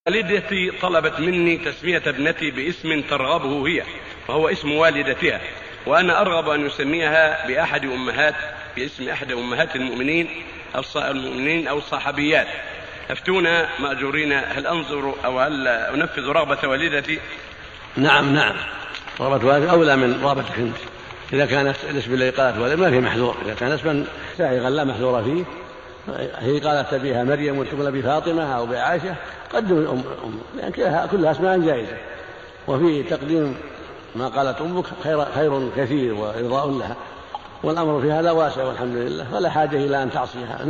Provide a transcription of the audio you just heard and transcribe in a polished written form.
والدتي طلبت مني تسمية ابنتي باسم ترغبه هي، وهو اسم والدتها، وأنا أرغب أن يسميها باسم أحد أمهات المؤمنين أو الصحابيات. أفتونا مأجورين، هل أنظر أو هل أنفذ رغبة والدتي؟ نعم، رغبة والدتي أولى من رغبتك أنت. إذا كان الاسم الذي قالت والد ما فيه محذور، إذا كان اسما سائغا لا محذور فيه، هي قالت بها مريم وتقول بفاطمة أو بعائشة، قدم الأم لأن كلها اسماء جائزة، وفي تقديم ما قالت أمك خير كثير وإرضاء لها، والأمر في هذا واسع والحمد لله، فلا حاجة إلى أن تعصيها.